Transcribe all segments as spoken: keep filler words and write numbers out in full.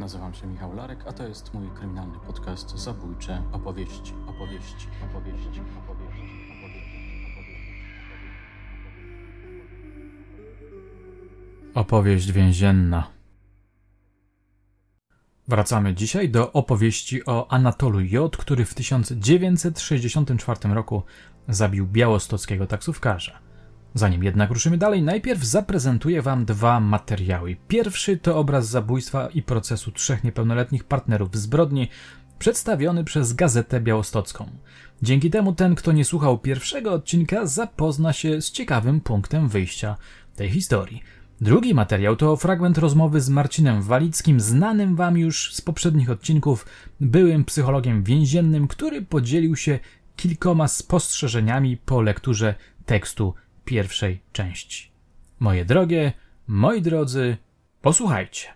Nazywam się Michał Larek, a to jest mój kryminalny podcast Zabójcze opowieści, opowieści, opowieści, opowieści, opowieści. Opowieść więzienna. Wracamy dzisiaj do opowieści o Anatolu J., który w tysiąc dziewięćset sześćdziesiątym czwartym roku zabił białostockiego taksówkarza. Zanim jednak ruszymy dalej, najpierw zaprezentuję wam dwa materiały. Pierwszy to obraz zabójstwa i procesu trzech niepełnoletnich partnerów zbrodni, przedstawiony przez Gazetę Białostocką. Dzięki temu ten, kto nie słuchał pierwszego odcinka, zapozna się z ciekawym punktem wyjścia tej historii. Drugi materiał to fragment rozmowy z Marcinem Walickim, znanym wam już z poprzednich odcinków, byłym psychologiem więziennym, który podzielił się kilkoma spostrzeżeniami po lekturze tekstu pierwszej części. Moje drogie, moi drodzy, posłuchajcie.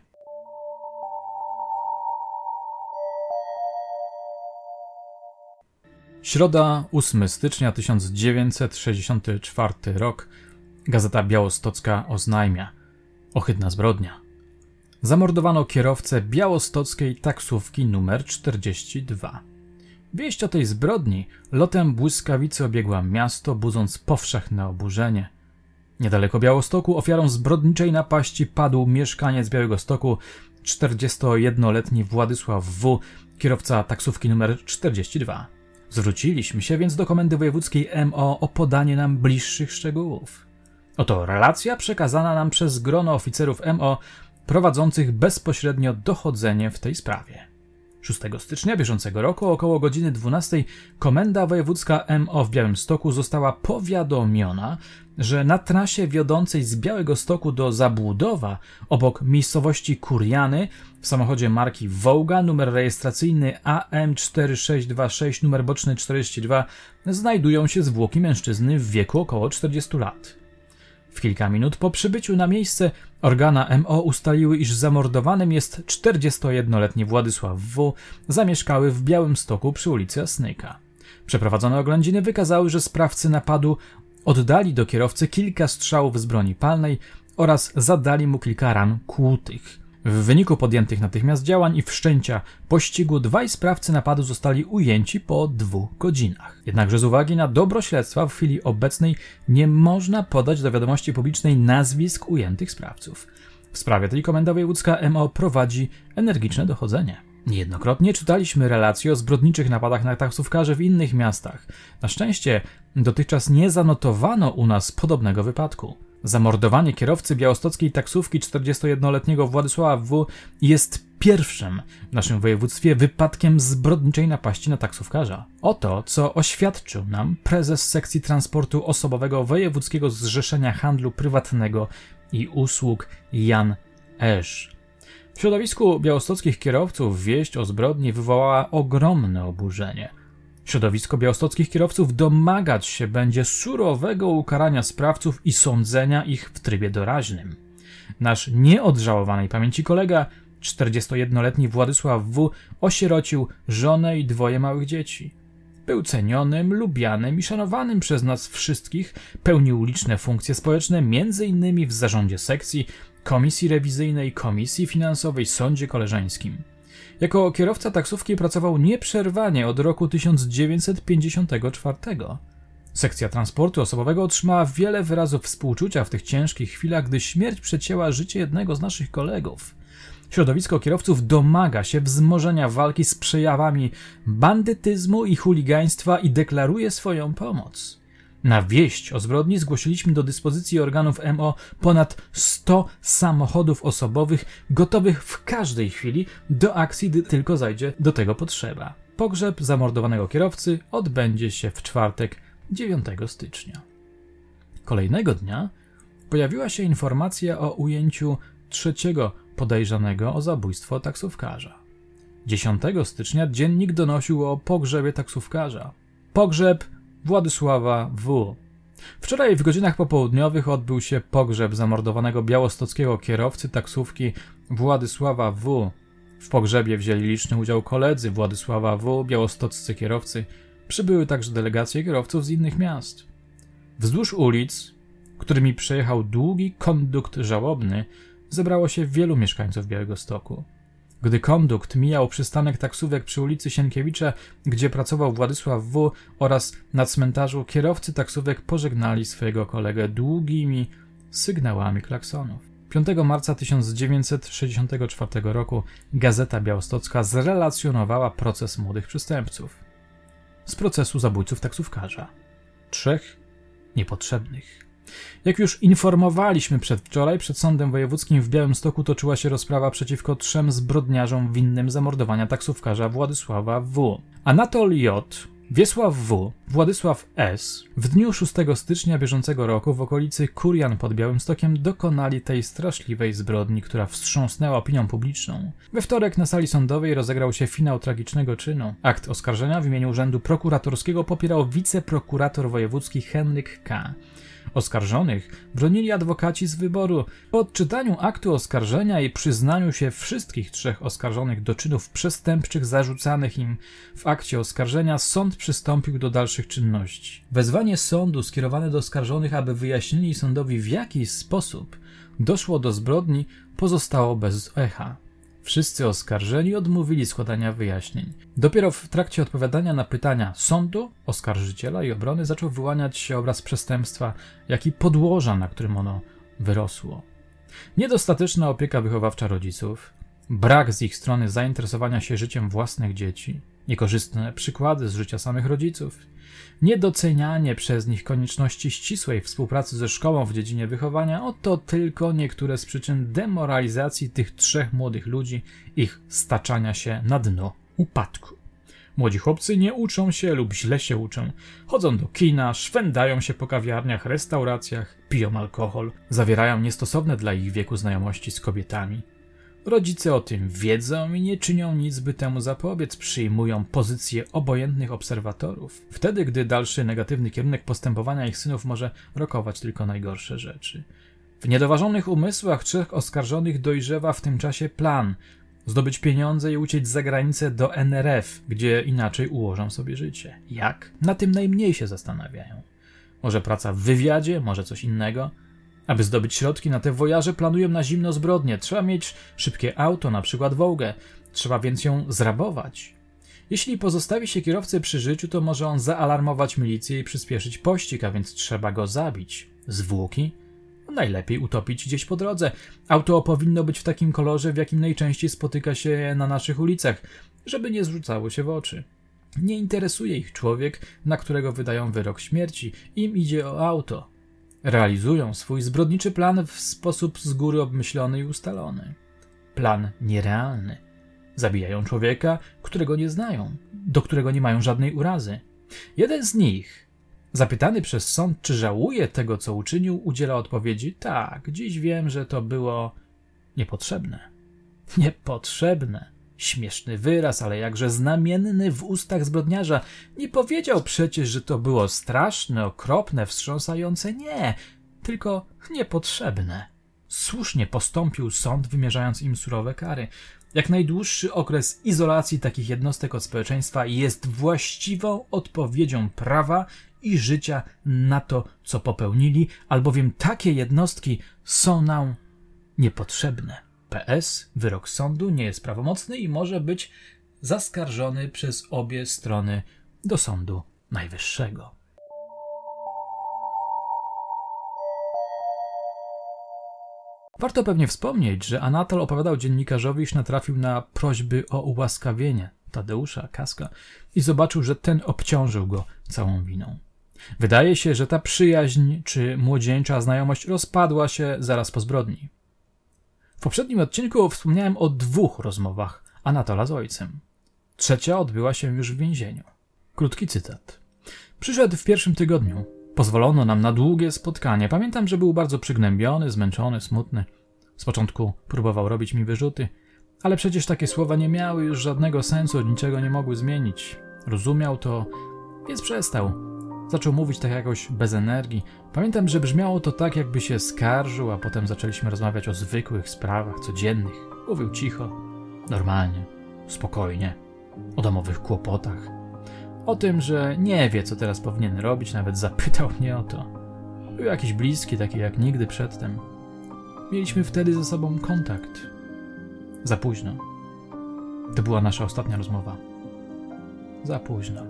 Środa, ósmego stycznia tysiąc dziewięćset sześćdziesiąty czwarty rok. Gazeta Białostocka oznajmia: ohydna zbrodnia. Zamordowano kierowcę białostockiej taksówki numer czterdzieści dwa. Wieść o tej zbrodni lotem błyskawicy obiegła miasto, budząc powszechne oburzenie. Niedaleko Białostoku ofiarą zbrodniczej napaści padł mieszkaniec Białegostoku, czterdziestojednoletni Władysław W., kierowca taksówki numer czterdzieści dwa. Zwróciliśmy się więc do Komendy Wojewódzkiej M O o podanie nam bliższych szczegółów. Oto relacja przekazana nam przez grono oficerów M O prowadzących bezpośrednio dochodzenie w tej sprawie. szóstego stycznia bieżącego roku około godziny dwunastej Komenda Wojewódzka M O w Białymstoku została powiadomiona, że na trasie wiodącej z Białegostoku do Zabłudowa obok miejscowości Kuriany w samochodzie marki Wołga, numer rejestracyjny A M cztery sześć dwa sześć, numer boczny czterdzieści dwa, znajdują się zwłoki mężczyzny w wieku około czterdziestu lat. W kilka minut po przybyciu na miejsce organa M O ustaliły, iż zamordowanym jest czterdziestojednoletni Władysław W., zamieszkały w Białymstoku przy ulicy Jasnyka. Przeprowadzone oględziny wykazały, że sprawcy napadu oddali do kierowcy kilka strzałów z broni palnej oraz zadali mu kilka ran kłutych. W wyniku podjętych natychmiast działań i wszczęcia pościgu dwaj sprawcy napadu zostali ujęci po dwóch godzinach. Jednakże z uwagi na dobro śledztwa w chwili obecnej nie można podać do wiadomości publicznej nazwisk ujętych sprawców. W sprawie tej Komenda Wojewódzka M O prowadzi energiczne dochodzenie. Niejednokrotnie czytaliśmy relacje o zbrodniczych napadach na taksówkarzy w innych miastach. Na szczęście dotychczas nie zanotowano u nas podobnego wypadku. Zamordowanie kierowcy białostockiej taksówki czterdziestojednoletniego Władysława W. jest pierwszym w naszym województwie wypadkiem zbrodniczej napaści na taksówkarza. Oto, co oświadczył nam prezes sekcji transportu osobowego Wojewódzkiego Zrzeszenia Handlu Prywatnego i Usług Jan Esz. W środowisku białostockich kierowców wieść o zbrodni wywołała ogromne oburzenie. Środowisko białostockich kierowców domagać się będzie surowego ukarania sprawców i sądzenia ich w trybie doraźnym. Nasz nieodżałowanej pamięci kolega, czterdziestojednoletni Władysław W., osierocił żonę i dwoje małych dzieci. Był cenionym, lubianym i szanowanym przez nas wszystkich, pełnił liczne funkcje społeczne, między innymi w zarządzie sekcji, komisji rewizyjnej, komisji finansowej, sądzie koleżeńskim. Jako kierowca taksówki pracował nieprzerwanie od roku tysiąc dziewięćset pięćdziesiątego czwartego. Sekcja transportu osobowego otrzymała wiele wyrazów współczucia w tych ciężkich chwilach, gdy śmierć przecięła życie jednego z naszych kolegów. Środowisko kierowców domaga się wzmożenia walki z przejawami bandytyzmu i chuligaństwa i deklaruje swoją pomoc. Na wieść o zbrodni zgłosiliśmy do dyspozycji organów M O ponad sto samochodów osobowych gotowych w każdej chwili do akcji, gdy tylko zajdzie do tego potrzeba. Pogrzeb zamordowanego kierowcy odbędzie się w czwartek, dziewiątego stycznia. Kolejnego dnia pojawiła się informacja o ujęciu trzeciego podejrzanego o zabójstwo taksówkarza. dziesiątego stycznia dziennik donosił o pogrzebie taksówkarza. Pogrzeb Władysława W. Wczoraj w godzinach popołudniowych odbył się pogrzeb zamordowanego białostockiego kierowcy taksówki Władysława W. W pogrzebie wzięli liczny udział koledzy Władysława W., białostoccy kierowcy. Przybyły także delegacje kierowców z innych miast. Wzdłuż ulic, którymi przejechał długi kondukt żałobny, zebrało się wielu mieszkańców Białegostoku. Gdy kondukt mijał przystanek taksówek przy ulicy Sienkiewicza, gdzie pracował Władysław W., oraz na cmentarzu, kierowcy taksówek pożegnali swojego kolegę długimi sygnałami klaksonów. piątego marca tysiąc dziewięćset sześćdziesiątego czwartego roku Gazeta Białostocka zrelacjonowała proces młodych przestępców. Z procesu zabójców taksówkarza. Trzech niepotrzebnych. Jak już informowaliśmy przedwczoraj, przed Sądem Wojewódzkim w Białymstoku toczyła się rozprawa przeciwko trzem zbrodniarzom winnym zamordowania taksówkarza Władysława W. Anatol J., Wiesław W., Władysław S. w dniu szóstego stycznia bieżącego roku w okolicy Kurian pod Białymstokiem dokonali tej straszliwej zbrodni, która wstrząsnęła opinią publiczną. We wtorek na sali sądowej rozegrał się finał tragicznego czynu. Akt oskarżenia w imieniu Urzędu Prokuratorskiego popierał wiceprokurator wojewódzki Henryk K. Oskarżonych bronili adwokaci z wyboru. Po odczytaniu aktu oskarżenia i przyznaniu się wszystkich trzech oskarżonych do czynów przestępczych zarzucanych im w akcie oskarżenia, sąd przystąpił do dalszych czynności. Wezwanie sądu skierowane do oskarżonych, aby wyjaśnili sądowi, w jaki sposób doszło do zbrodni, pozostało bez echa. Wszyscy oskarżeni odmówili składania wyjaśnień. Dopiero w trakcie odpowiadania na pytania sądu, oskarżyciela i obrony zaczął wyłaniać się obraz przestępstwa, jak i podłoża, na którym ono wyrosło. Niedostateczna opieka wychowawcza rodziców, brak z ich strony zainteresowania się życiem własnych dzieci, niekorzystne przykłady z życia samych rodziców, niedocenianie przez nich konieczności ścisłej współpracy ze szkołą w dziedzinie wychowania, oto tylko niektóre z przyczyn demoralizacji tych trzech młodych ludzi, ich staczania się na dno upadku. Młodzi chłopcy nie uczą się lub źle się uczą. Chodzą do kina, szwędają się po kawiarniach, restauracjach, piją alkohol, zawierają niestosowne dla ich wieku znajomości z kobietami. Rodzice o tym wiedzą i nie czynią nic, by temu zapobiec, przyjmują pozycję obojętnych obserwatorów, wtedy gdy dalszy negatywny kierunek postępowania ich synów może rokować tylko najgorsze rzeczy. W niedoważonych umysłach trzech oskarżonych dojrzewa w tym czasie plan zdobyć pieniądze i uciec za granicę do N R F, gdzie inaczej ułożą sobie życie. Jak? Na tym najmniej się zastanawiają. Może praca w wywiadzie, może coś innego? Aby zdobyć środki na te wojaże, planują na zimno zbrodnie. Trzeba mieć szybkie auto, na przykład Wołgę. Trzeba więc ją zrabować. Jeśli pozostawi się kierowcę przy życiu, to może on zaalarmować milicję i przyspieszyć pościg, a więc trzeba go zabić. Zwłoki? Najlepiej utopić gdzieś po drodze. Auto powinno być w takim kolorze, w jakim najczęściej spotyka się na naszych ulicach, żeby nie zrzucało się w oczy. Nie interesuje ich człowiek, na którego wydają wyrok śmierci. Im idzie o auto. Realizują swój zbrodniczy plan w sposób z góry obmyślony i ustalony. Plan nierealny. Zabijają człowieka, którego nie znają, do którego nie mają żadnej urazy. Jeden z nich, zapytany przez sąd, czy żałuje tego, co uczynił, udziela odpowiedzi: tak, dziś wiem, że to było niepotrzebne. Niepotrzebne. Śmieszny wyraz, ale jakże znamienny w ustach zbrodniarza. Nie powiedział przecież, że to było straszne, okropne, wstrząsające. Nie, tylko niepotrzebne. Słusznie postąpił sąd, wymierzając im surowe kary. Jak najdłuższy okres izolacji takich jednostek od społeczeństwa jest właściwą odpowiedzią prawa i życia na to, co popełnili, albowiem takie jednostki są nam niepotrzebne. P S. Wyrok sądu nie jest prawomocny i może być zaskarżony przez obie strony do Sądu Najwyższego. Warto pewnie wspomnieć, że Anatol opowiadał dziennikarzowi, iż natrafił na prośby o ułaskawienie Tadeusza Kaska i zobaczył, że ten obciążył go całą winą. Wydaje się, że ta przyjaźń czy młodzieńcza znajomość rozpadła się zaraz po zbrodni. W poprzednim odcinku wspomniałem o dwóch rozmowach Anatola z ojcem. Trzecia odbyła się już w więzieniu. Krótki cytat. Przyszedł w pierwszym tygodniu. Pozwolono nam na długie spotkanie. Pamiętam, że był bardzo przygnębiony, zmęczony, smutny. Z początku próbował robić mi wyrzuty, ale przecież takie słowa nie miały już żadnego sensu, niczego nie mogły zmienić. Rozumiał to, więc przestał. Zaczął mówić tak jakoś bez energii. Pamiętam, że brzmiało to tak, jakby się skarżył, a potem zaczęliśmy rozmawiać o zwykłych sprawach, codziennych. Mówił cicho, normalnie, spokojnie, o domowych kłopotach. O tym, że nie wie, co teraz powinien robić, nawet zapytał mnie o to. Był jakiś bliski, taki jak nigdy przedtem. Mieliśmy wtedy ze sobą kontakt. Za późno. To była nasza ostatnia rozmowa. Za późno.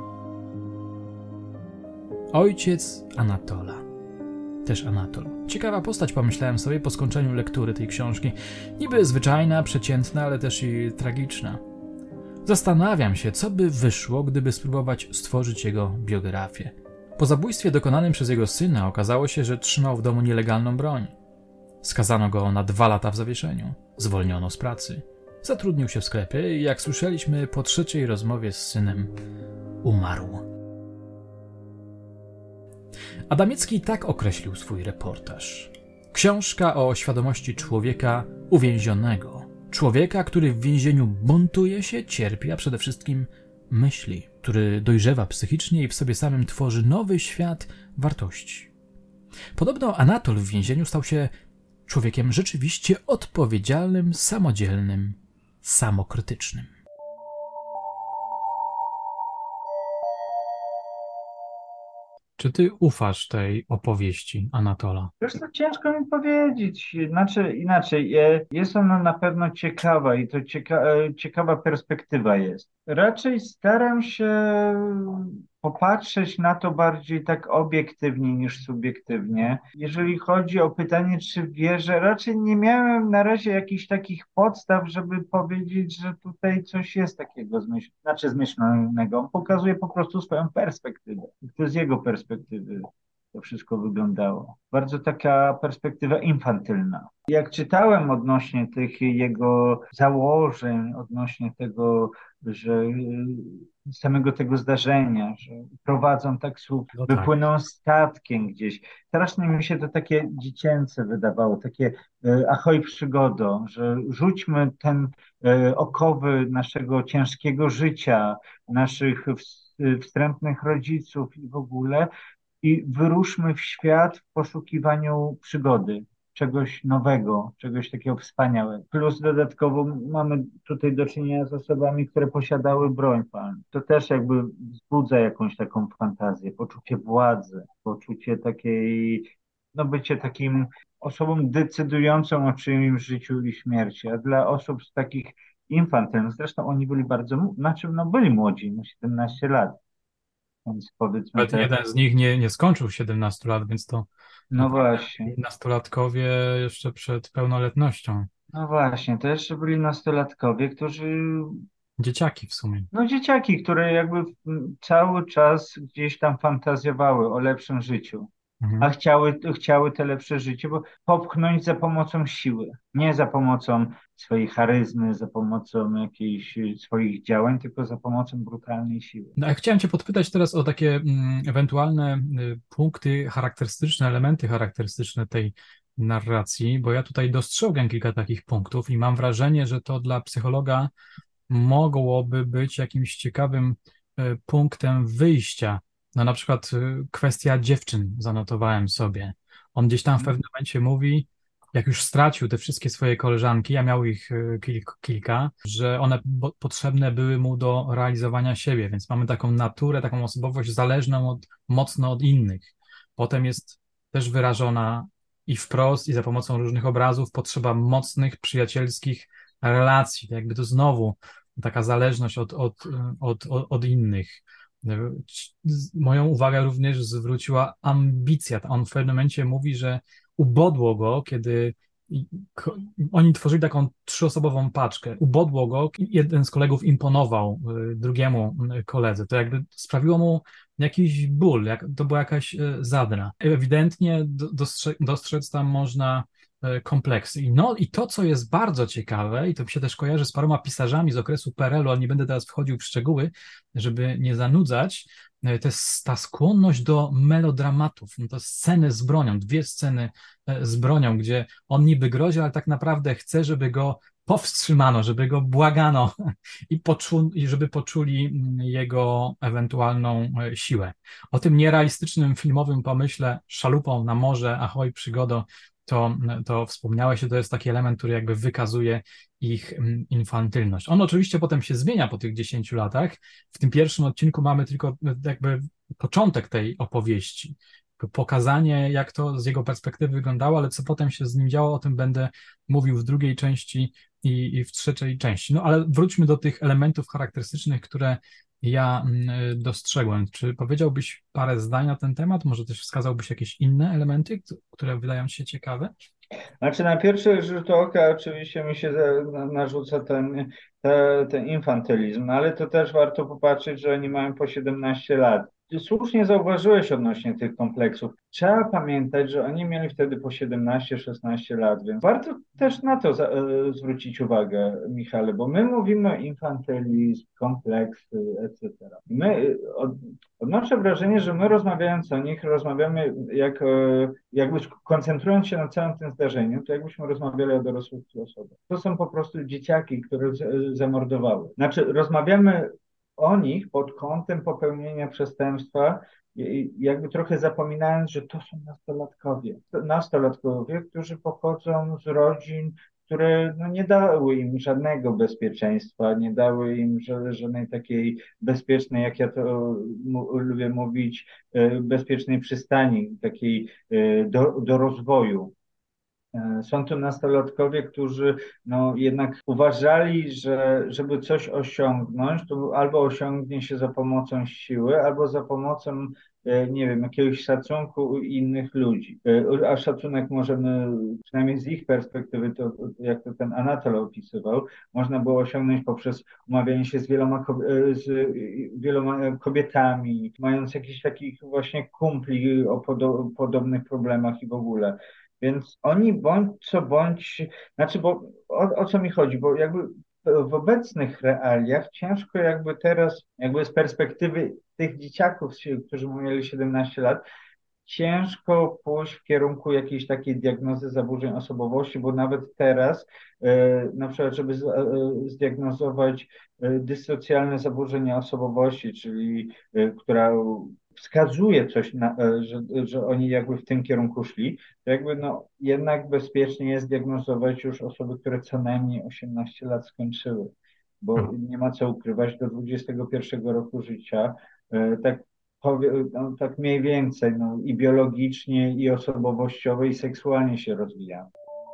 Ojciec Anatola. Też Anatol. Ciekawa postać, pomyślałem sobie po skończeniu lektury tej książki. Niby zwyczajna, przeciętna, ale też i tragiczna. Zastanawiam się, co by wyszło, gdyby spróbować stworzyć jego biografię. Po zabójstwie dokonanym przez jego syna okazało się, że trzymał w domu nielegalną broń. Skazano go na dwa lata w zawieszeniu. Zwolniono z pracy. Zatrudnił się w sklepie i jak słyszeliśmy po trzeciej rozmowie z synem, umarł. Adamiecki tak określił swój reportaż. Książka o świadomości człowieka uwięzionego. Człowieka, który w więzieniu buntuje się, cierpi, a przede wszystkim myśli, który dojrzewa psychicznie i w sobie samym tworzy nowy świat wartości. Podobno Anatol w więzieniu stał się człowiekiem rzeczywiście odpowiedzialnym, samodzielnym, samokrytycznym. Czy ty ufasz tej opowieści Anatola? Wiesz co, ciężko mi powiedzieć. Znaczy, inaczej, e, jest ona na pewno ciekawa i to cieka e, ciekawa perspektywa jest. Raczej staram się popatrzeć na to bardziej tak obiektywnie niż subiektywnie. Jeżeli chodzi o pytanie, czy wierzę, raczej nie miałem na razie jakichś takich podstaw, żeby powiedzieć, że tutaj coś jest takiego zmyśl znaczy zmyślonego. On pokazuje po prostu swoją perspektywę. To z jego perspektywy to wszystko wyglądało. Bardzo taka perspektywa infantylna. Jak czytałem odnośnie tych jego założeń, odnośnie tego, że y, samego tego zdarzenia, że prowadzą taksówkę, No tak. wypłyną statkiem gdzieś. Strasznie mi się to takie dziecięce wydawało, takie y, ahoj przygodo, że rzućmy ten y, okowy naszego ciężkiego życia, naszych w- wstrętnych rodziców i w ogóle i wyruszmy w świat w poszukiwaniu przygody, czegoś nowego, czegoś takiego wspaniałego. Plus dodatkowo mamy tutaj do czynienia z osobami, które posiadały broń palną. To też jakby wzbudza jakąś taką fantazję, poczucie władzy, poczucie takiej, no bycie takim osobą decydującą o czyimś życiu i śmierci, a dla osób z takich infantylnych, zresztą oni byli bardzo, znaczy no byli młodzi, no siedemnaście lat, więc powiedzmy Nawet te, jeden z nich nie, nie skończył siedemnastu lat, więc to no naprawdę właśnie. nastolatkowie jeszcze przed pełnoletnością. No właśnie, to jeszcze byli nastolatkowie, którzy, Dzieciaki w sumie. no dzieciaki, które jakby mm, cały czas gdzieś tam fantazjowały o lepszym życiu, Mhm. a chciały, chciały te lepsze życie, bo popchnąć za pomocą siły, nie za pomocą swojej charyzmy, za pomocą jakichś y, swoich działań, tylko za pomocą brutalnej siły. No, a chciałem cię podpytać teraz o takie mm, ewentualne y, punkty charakterystyczne, elementy charakterystyczne tej narracji, bo ja tutaj dostrzegam kilka takich punktów i mam wrażenie, że to dla psychologa mogłoby być jakimś ciekawym y, punktem wyjścia. No na przykład y, kwestia dziewczyn zanotowałem sobie. On gdzieś tam w pewnym momencie mówi, jak już stracił te wszystkie swoje koleżanki, a miał ich y, kilk, kilka, że one bo, potrzebne były mu do realizowania siebie, więc mamy taką naturę, taką osobowość zależną od, mocno od innych. Potem jest też wyrażona i wprost, i za pomocą różnych obrazów potrzeba mocnych, przyjacielskich relacji. To jakby to znowu taka zależność od, od, od, od, od innych. Moją uwagę również zwróciła ambicja. On w pewnym momencie mówi, że ubodło go, kiedy ko- oni tworzyli taką trzyosobową paczkę. Ubodło go, jeden z kolegów imponował y, drugiemu y, koledze. To jakby sprawiło mu jakiś ból, jak, to była jakaś y, zadra. Ewidentnie do- dostrze- dostrzec tam można y, kompleksy. I, no, I to, co jest bardzo ciekawe, i to mi się też kojarzy z paroma pisarzami z okresu P R L u, ale nie będę teraz wchodził w szczegóły, żeby nie zanudzać, y, to jest ta skłonność do melodramatów. No to sceny z bronią, dwie sceny y, z bronią, gdzie on niby grozi, ale tak naprawdę chce, żeby go powstrzymano, żeby go błagano i, poczu, i żeby poczuli mm, jego ewentualną e, siłę. O tym nierealistycznym filmowym pomyśle szalupą na morze, ahoj przygodo, to, to wspomniałeś, że to jest taki element, który jakby wykazuje ich mm, infantylność. On oczywiście potem się zmienia po tych dziesięciu latach. W tym pierwszym odcinku mamy tylko e, jakby początek tej opowieści. pokazanie, jak to z jego perspektywy wyglądało, ale co potem się z nim działo, o tym będę mówił w drugiej części i, i w trzeciej części. No ale wróćmy do tych elementów charakterystycznych, które ja mm, dostrzegłem. Czy powiedziałbyś parę zdań na ten temat? Może też wskazałbyś jakieś inne elementy, które wydają ci się ciekawe? Znaczy na pierwszy rzut oka oczywiście mi się za- na- narzuca ten, te, ten infantylizm, no ale to też warto popatrzeć, że oni mają po siedemnaście lat. Ty słusznie zauważyłeś odnośnie tych kompleksów. Trzeba pamiętać, że oni mieli wtedy po siedemnaście szesnaście lat, więc warto też na to za, e, zwrócić uwagę, Michale, bo my mówimy o infantylizm, kompleksy, et cetera. My, e, od, odnoszę wrażenie, że my rozmawiając o nich, rozmawiamy jak, e, jakby koncentrując się na całym tym zdarzeniu, to jakbyśmy rozmawiali o dorosłych osobach. To są po prostu dzieciaki, które z, zamordowały. Znaczy, rozmawiamy o nich pod kątem popełnienia przestępstwa, i jakby trochę zapominając, że to są nastolatkowie. Nastolatkowie, którzy pochodzą z rodzin, które no, nie dały im żadnego bezpieczeństwa, nie dały im żadnej takiej bezpiecznej, jak ja to lubię mówić, bezpiecznej przystani, takiej do, do rozwoju. Są to nastolatkowie, którzy no, jednak uważali, że żeby coś osiągnąć, to albo osiągnie się za pomocą siły, albo za pomocą, nie wiem, jakiegoś szacunku innych ludzi. A szacunek możemy, przynajmniej z ich perspektywy, to jak to ten Anatol opisywał, można było osiągnąć poprzez umawianie się z wieloma, z wieloma kobietami, mając jakichś takich właśnie kumpli o podo podobnych problemach i w ogóle. Więc oni bądź co bądź, znaczy, bo o, o co mi chodzi, bo jakby w obecnych realiach ciężko jakby teraz, jakby z perspektywy tych dzieciaków, którzy mieli siedemnaście lat, ciężko pójść w kierunku jakiejś takiej diagnozy zaburzeń osobowości, bo nawet teraz, e, na przykład, żeby z, e, zdiagnozować e, dysocjalne zaburzenia osobowości, czyli e, która wskazuje coś, na, że, że oni jakby w tym kierunku szli, to jakby no jednak bezpiecznie jest diagnozować już osoby, które co najmniej osiemnaście lat skończyły, bo nie ma co ukrywać, do dwudziestego pierwszego roku życia, tak, powie, no, tak mniej więcej, no, i biologicznie, i osobowościowo, i seksualnie się rozwijamy.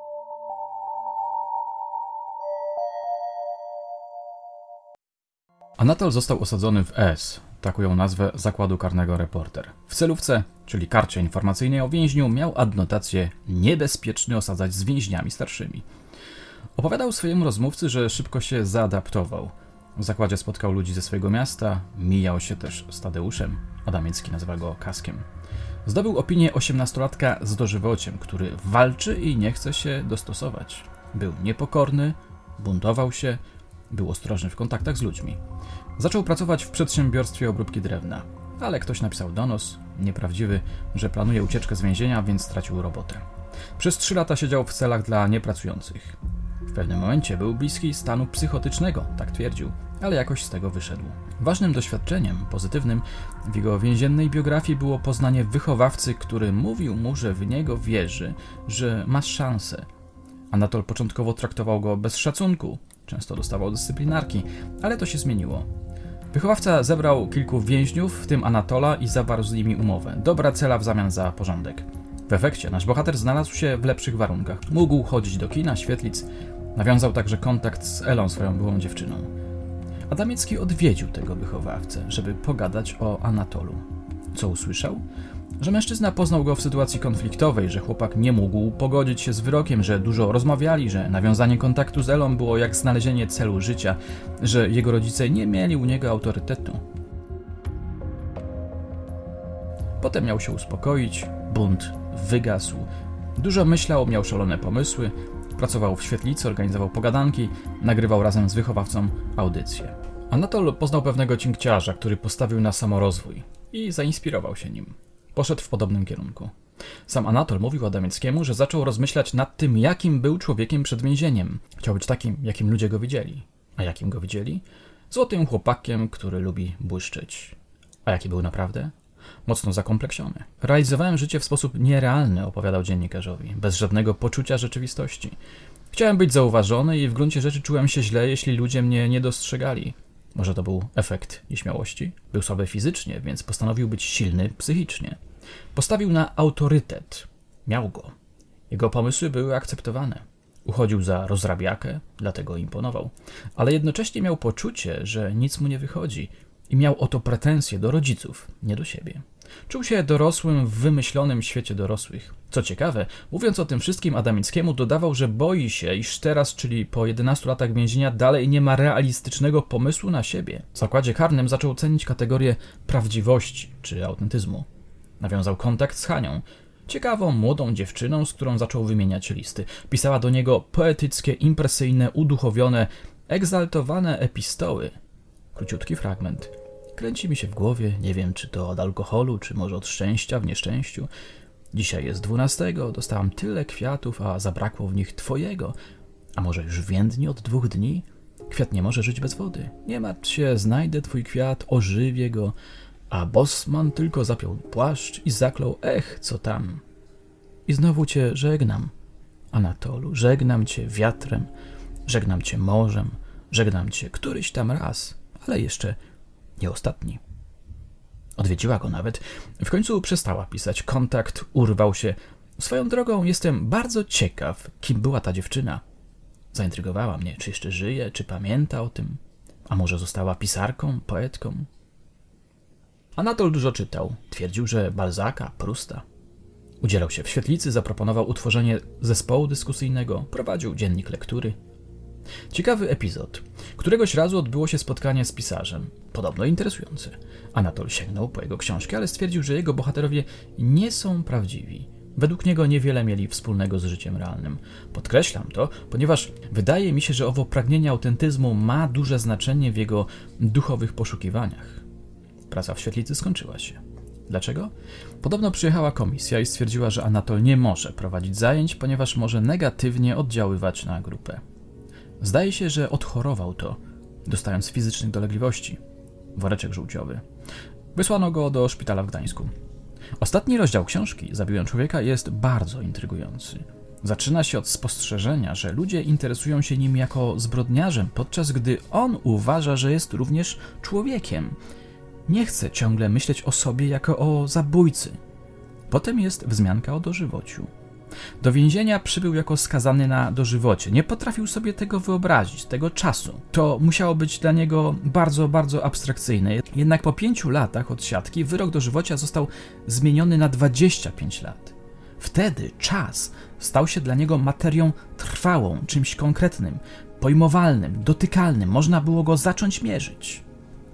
Anatol został osadzony w S, taką ją nazwę zakładu karnego Reporter. W celówce, czyli karcie informacyjnej o więźniu, miał adnotację niebezpieczny osadzać z więźniami starszymi. Opowiadał swojemu rozmówcy, że szybko się zaadaptował. W zakładzie spotkał ludzi ze swojego miasta, mijał się też z Tadeuszem, Adamiecki nazywa go Kaskiem. Zdobył opinię osiemnastolatka z dożywociem, który walczy i nie chce się dostosować. Był niepokorny, buntował się, był ostrożny w kontaktach z ludźmi. Zaczął pracować w przedsiębiorstwie obróbki drewna, ale ktoś napisał donos, nieprawdziwy, że planuje ucieczkę z więzienia, więc stracił robotę. Przez trzy lata siedział w celach dla niepracujących. W pewnym momencie był bliski stanu psychotycznego, tak twierdził, ale jakoś z tego wyszedł. Ważnym doświadczeniem pozytywnym w jego więziennej biografii było poznanie wychowawcy, który mówił mu, że w niego wierzy, że ma szansę. Anatol początkowo traktował go bez szacunku, często dostawał dyscyplinarki, ale to się zmieniło. Wychowawca zebrał kilku więźniów, w tym Anatola, i zawarł z nimi umowę. Dobra cela w zamian za porządek. W efekcie nasz bohater znalazł się w lepszych warunkach. Mógł chodzić do kina, świetlic, nawiązał także kontakt z Elą, swoją byłą dziewczyną. Adamiecki odwiedził tego wychowawcę, żeby pogadać o Anatolu. Co usłyszał? Że mężczyzna poznał go w sytuacji konfliktowej, że chłopak nie mógł pogodzić się z wyrokiem, że dużo rozmawiali, że nawiązanie kontaktu z Elą było jak znalezienie celu życia, że jego rodzice nie mieli u niego autorytetu. Potem miał się uspokoić, bunt wygasł. Dużo myślał, miał szalone pomysły, pracował w świetlicy, organizował pogadanki, nagrywał razem z wychowawcą audycje. Anatol poznał pewnego cinkciarza, który postawił na samorozwój i zainspirował się nim. Poszedł w podobnym kierunku. Sam Anatol mówił Adamieckiemu, że zaczął rozmyślać nad tym, jakim był człowiekiem przed więzieniem. Chciał być takim, jakim ludzie go widzieli. A jakim go widzieli? Złotym chłopakiem, który lubi błyszczeć. A jaki był naprawdę? Mocno zakompleksiony. Realizowałem życie w sposób nierealny, opowiadał dziennikarzowi, bez żadnego poczucia rzeczywistości. Chciałem być zauważony i w gruncie rzeczy czułem się źle, jeśli ludzie mnie nie dostrzegali. Może to był efekt nieśmiałości? Był słaby fizycznie, więc postanowił być silny psychicznie. Postawił na autorytet. Miał go. Jego pomysły były akceptowane. Uchodził za rozrabiakę, dlatego imponował. Ale jednocześnie miał poczucie, że nic mu nie wychodzi i miał o to pretensje do rodziców, nie do siebie. Czuł się dorosłym w wymyślonym świecie dorosłych. Co ciekawe, mówiąc o tym wszystkim Adamickiemu, dodawał, że boi się, iż teraz, czyli po jedenastu latach więzienia, dalej nie ma realistycznego pomysłu na siebie. W zakładzie karnym zaczął cenić kategorię prawdziwości czy autentyzmu. Nawiązał kontakt z Hanią, ciekawą, młodą dziewczyną, z którą zaczął wymieniać listy. Pisała do niego poetyckie, impresyjne, uduchowione, egzaltowane epistoły. Króciutki fragment. Kręci mi się w głowie, nie wiem, czy to od alkoholu, czy może od szczęścia w nieszczęściu. Dzisiaj jest dwunastego, dostałam tyle kwiatów, a zabrakło w nich twojego. A może już więdnie od dwóch dni? Kwiat nie może żyć bez wody. Nie martw się, znajdę twój kwiat, ożywię go. A Bosman tylko zapiął płaszcz i zaklął, ech, co tam. I znowu cię żegnam, Anatolu, żegnam cię wiatrem, żegnam cię morzem, żegnam cię któryś tam raz, ale jeszcze nie ostatni. Odwiedziła go nawet. W końcu przestała pisać. Kontakt urwał się. Swoją drogą jestem bardzo ciekaw, kim była ta dziewczyna. Zaintrygowała mnie, czy jeszcze żyje, czy pamięta o tym. A może została pisarką, poetką? Anatol dużo czytał. Twierdził, że Balzaca, Prusta. Udzielał się w świetlicy, zaproponował utworzenie zespołu dyskusyjnego, prowadził dziennik lektury. Ciekawy epizod. Któregoś razu odbyło się spotkanie z pisarzem. Podobno interesujące. Anatol sięgnął po jego książki, ale stwierdził, że jego bohaterowie nie są prawdziwi. Według niego niewiele mieli wspólnego z życiem realnym. Podkreślam to, ponieważ wydaje mi się, że owo pragnienie autentyzmu ma duże znaczenie w jego duchowych poszukiwaniach. Praca w świetlicy skończyła się. Dlaczego? Podobno przyjechała komisja i stwierdziła, że Anatol nie może prowadzić zajęć, ponieważ może negatywnie oddziaływać na grupę. Zdaje się, że odchorował to, dostając fizycznych dolegliwości. Woreczek żółciowy. Wysłano go do szpitala w Gdańsku. Ostatni rozdział książki Zabiłem człowieka jest bardzo intrygujący. Zaczyna się od spostrzeżenia, że ludzie interesują się nim jako zbrodniarzem, podczas gdy on uważa, że jest również człowiekiem. Nie chce ciągle myśleć o sobie jako o zabójcy. Potem jest wzmianka o dożywociu. Do więzienia przybył jako skazany na dożywocie. Nie potrafił sobie tego wyobrazić, tego czasu. To musiało być dla niego bardzo, bardzo abstrakcyjne. Jednak po pięciu latach od siatki wyrok dożywocia został zmieniony na dwadzieścia pięć lat. Wtedy czas stał się dla niego materią trwałą, czymś konkretnym, pojmowalnym, dotykalnym. Można było go zacząć mierzyć.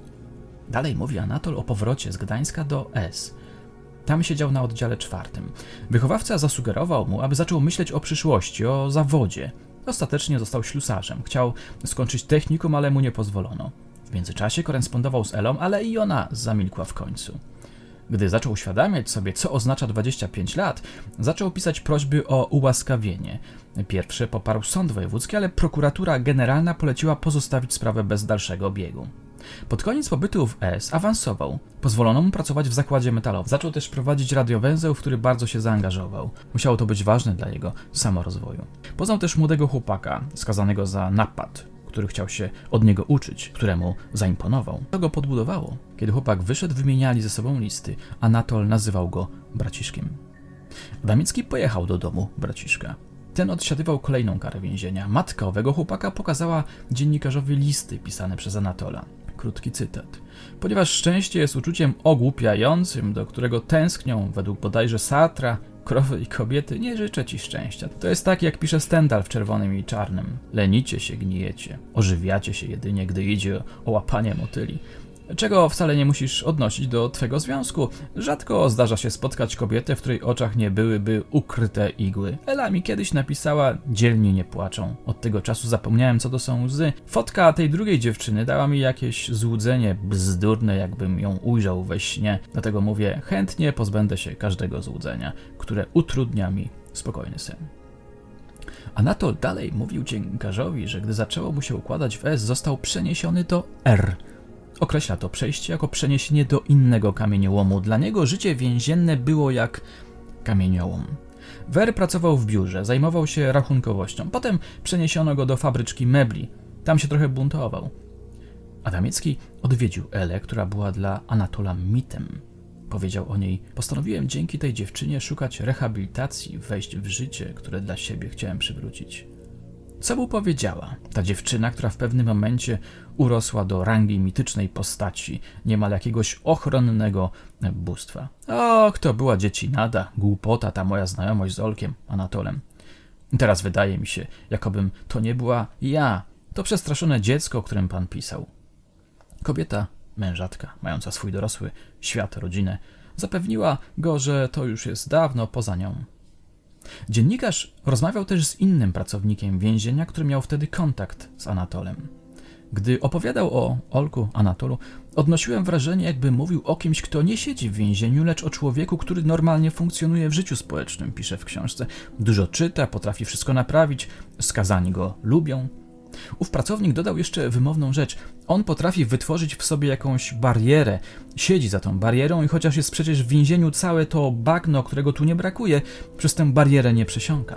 Dalej mówi Anatol o powrocie z Gdańska do S. Tam siedział na oddziale czwartym. Wychowawca zasugerował mu, aby zaczął myśleć o przyszłości, o zawodzie. Ostatecznie został ślusarzem. Chciał skończyć technikum, ale mu nie pozwolono. W międzyczasie korespondował z Elą, ale i ona zamilkła w końcu. Gdy zaczął uświadamiać sobie, co oznacza dwadzieścia pięć lat, zaczął pisać prośby o ułaskawienie. Pierwsze poparł sąd wojewódzki, ale prokuratura generalna poleciła pozostawić sprawę bez dalszego biegu. Pod koniec pobytu w S awansował. Pozwolono mu pracować w zakładzie metalowym. Zaczął też prowadzić radiowęzeł, w który bardzo się zaangażował. Musiało to być ważne dla jego samorozwoju. Poznał też młodego chłopaka, skazanego za napad, który chciał się od niego uczyć, któremu zaimponował. To go podbudowało. Kiedy chłopak wyszedł, wymieniali ze sobą listy. Anatol nazywał go braciszkiem. Adamicki pojechał do domu braciszka. Ten odsiadywał kolejną karę więzienia. Matka owego chłopaka pokazała dziennikarzowi listy pisane przez Anatola. Krótki cytat. Ponieważ szczęście jest uczuciem ogłupiającym, do którego tęsknią, według bodajże Sartra, krowy i kobiety, nie życzę ci szczęścia. To jest tak, jak pisze Stendhal w Czerwonym i Czarnym. Lenicie się, gnijecie. Ożywiacie się jedynie, gdy idzie o łapanie motyli. Czego wcale nie musisz odnosić do twego związku. Rzadko zdarza się spotkać kobietę, w której oczach nie byłyby ukryte igły. Ela mi kiedyś napisała, dzielni nie płaczą. Od tego czasu zapomniałem, co to są łzy. Fotka tej drugiej dziewczyny dała mi jakieś złudzenie bzdurne, jakbym ją ujrzał we śnie. Dlatego mówię, chętnie pozbędę się każdego złudzenia, które utrudnia mi spokojny sen. Anatol dalej mówił dziennikarzowi, że gdy zaczęło mu się układać w S, został przeniesiony do R. Określa to przejście jako przeniesienie do innego kamieniołomu. Dla niego życie więzienne było jak kamieniołom. W R pracował w biurze, zajmował się rachunkowością. Potem przeniesiono go do fabryczki mebli. Tam się trochę buntował. Adamicki odwiedził Elę, która była dla Anatola mitem. Powiedział o niej: postanowiłem dzięki tej dziewczynie szukać rehabilitacji, wejść w życie, które dla siebie chciałem przywrócić. Co mu powiedziała ta dziewczyna, która w pewnym momencie urosła do rangi mitycznej postaci, niemal jakiegoś ochronnego bóstwa? Och, to była dziecinada, głupota ta moja znajomość z Olkiem, Anatolem. Teraz wydaje mi się, jakobym to nie była ja, to przestraszone dziecko, o którym pan pisał. Kobieta, mężatka, mająca swój dorosły świat, rodzinę, zapewniła go, że to już jest dawno poza nią. Dziennikarz rozmawiał też z innym pracownikiem więzienia, który miał wtedy kontakt z Anatolem. Gdy opowiadał o Olku, Anatolu, odnosiłem wrażenie, jakby mówił o kimś, kto nie siedzi w więzieniu, lecz o człowieku, który normalnie funkcjonuje w życiu społecznym, pisze w książce. Dużo czyta, potrafi wszystko naprawić, skazani go lubią. Ów pracownik dodał jeszcze wymowną rzecz. On potrafi wytworzyć w sobie jakąś barierę, siedzi za tą barierą i chociaż jest przecież w więzieniu całe to bagno, którego tu nie brakuje, przez tę barierę nie przesiąka.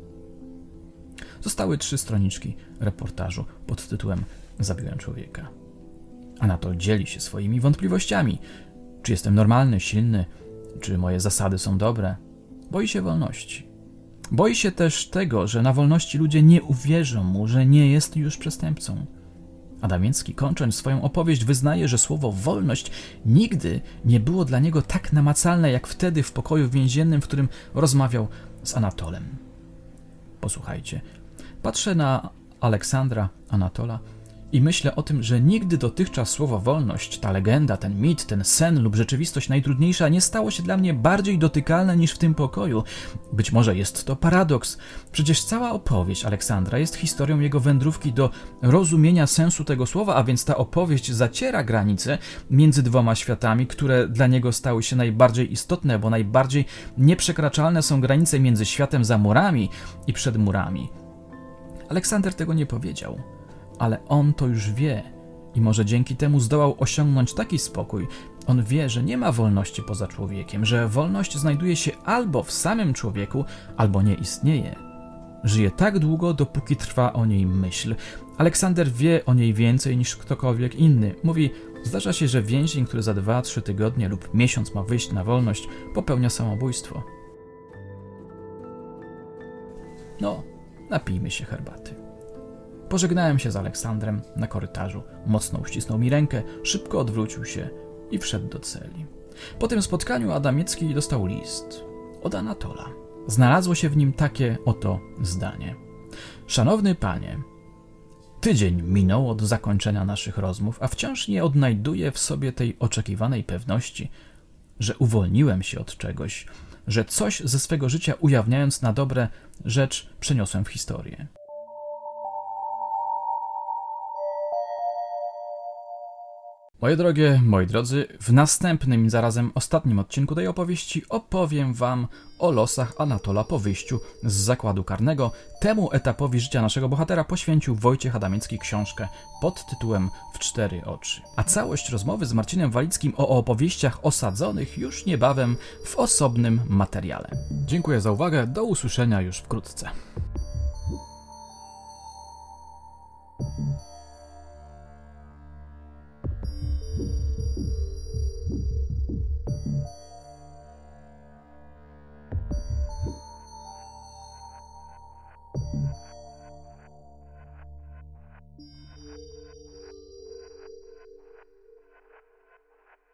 Zostały trzy stroniczki reportażu pod tytułem Zabiłem człowieka. Anatol dzieli się swoimi wątpliwościami. Czy jestem normalny, silny? Czy moje zasady są dobre? Boi się wolności. Boi się też tego, że na wolności ludzie nie uwierzą mu, że nie jest już przestępcą. Adamiecki, kończąc swoją opowieść, wyznaje, że słowo wolność nigdy nie było dla niego tak namacalne, jak wtedy w pokoju więziennym, w którym rozmawiał z Anatolem. Posłuchajcie. Patrzę na Aleksandra, Anatola i myślę o tym, że nigdy dotychczas słowo wolność, ta legenda, ten mit, ten sen lub rzeczywistość najtrudniejsza nie stało się dla mnie bardziej dotykalne niż w tym pokoju. Być może jest to paradoks. Przecież cała opowieść Aleksandra jest historią jego wędrówki do rozumienia sensu tego słowa, a więc ta opowieść zaciera granice między dwoma światami, które dla niego stały się najbardziej istotne, bo najbardziej nieprzekraczalne są granice między światem za murami i przed murami. Aleksander tego nie powiedział. Ale on to już wie i może dzięki temu zdołał osiągnąć taki spokój. On wie, że nie ma wolności poza człowiekiem, że wolność znajduje się albo w samym człowieku, albo nie istnieje. Żyje tak długo, dopóki trwa o niej myśl. Aleksander wie o niej więcej niż ktokolwiek inny. Mówi, zdarza się, że więzień, który za dwa, trzy tygodnie lub miesiąc ma wyjść na wolność, popełnia samobójstwo. No, napijmy się herbaty. Pożegnałem się z Aleksandrem na korytarzu. Mocno uścisnął mi rękę, szybko odwrócił się i wszedł do celi. Po tym spotkaniu Adamiecki dostał list od Anatola. Znalazło się w nim takie oto zdanie. Szanowny panie, tydzień minął od zakończenia naszych rozmów, a wciąż nie odnajduję w sobie tej oczekiwanej pewności, że uwolniłem się od czegoś, że coś ze swego życia ujawniając na dobre rzecz przeniosłem w historię. Moje drogie, moi drodzy, w następnym i zarazem ostatnim odcinku tej opowieści opowiem wam o losach Anatola po wyjściu z zakładu karnego. Temu etapowi życia naszego bohatera poświęcił Wojciech Adamiecki książkę pod tytułem W cztery oczy. A całość rozmowy z Marcinem Walickim o opowieściach osadzonych już niebawem w osobnym materiale. Dziękuję za uwagę, do usłyszenia już wkrótce.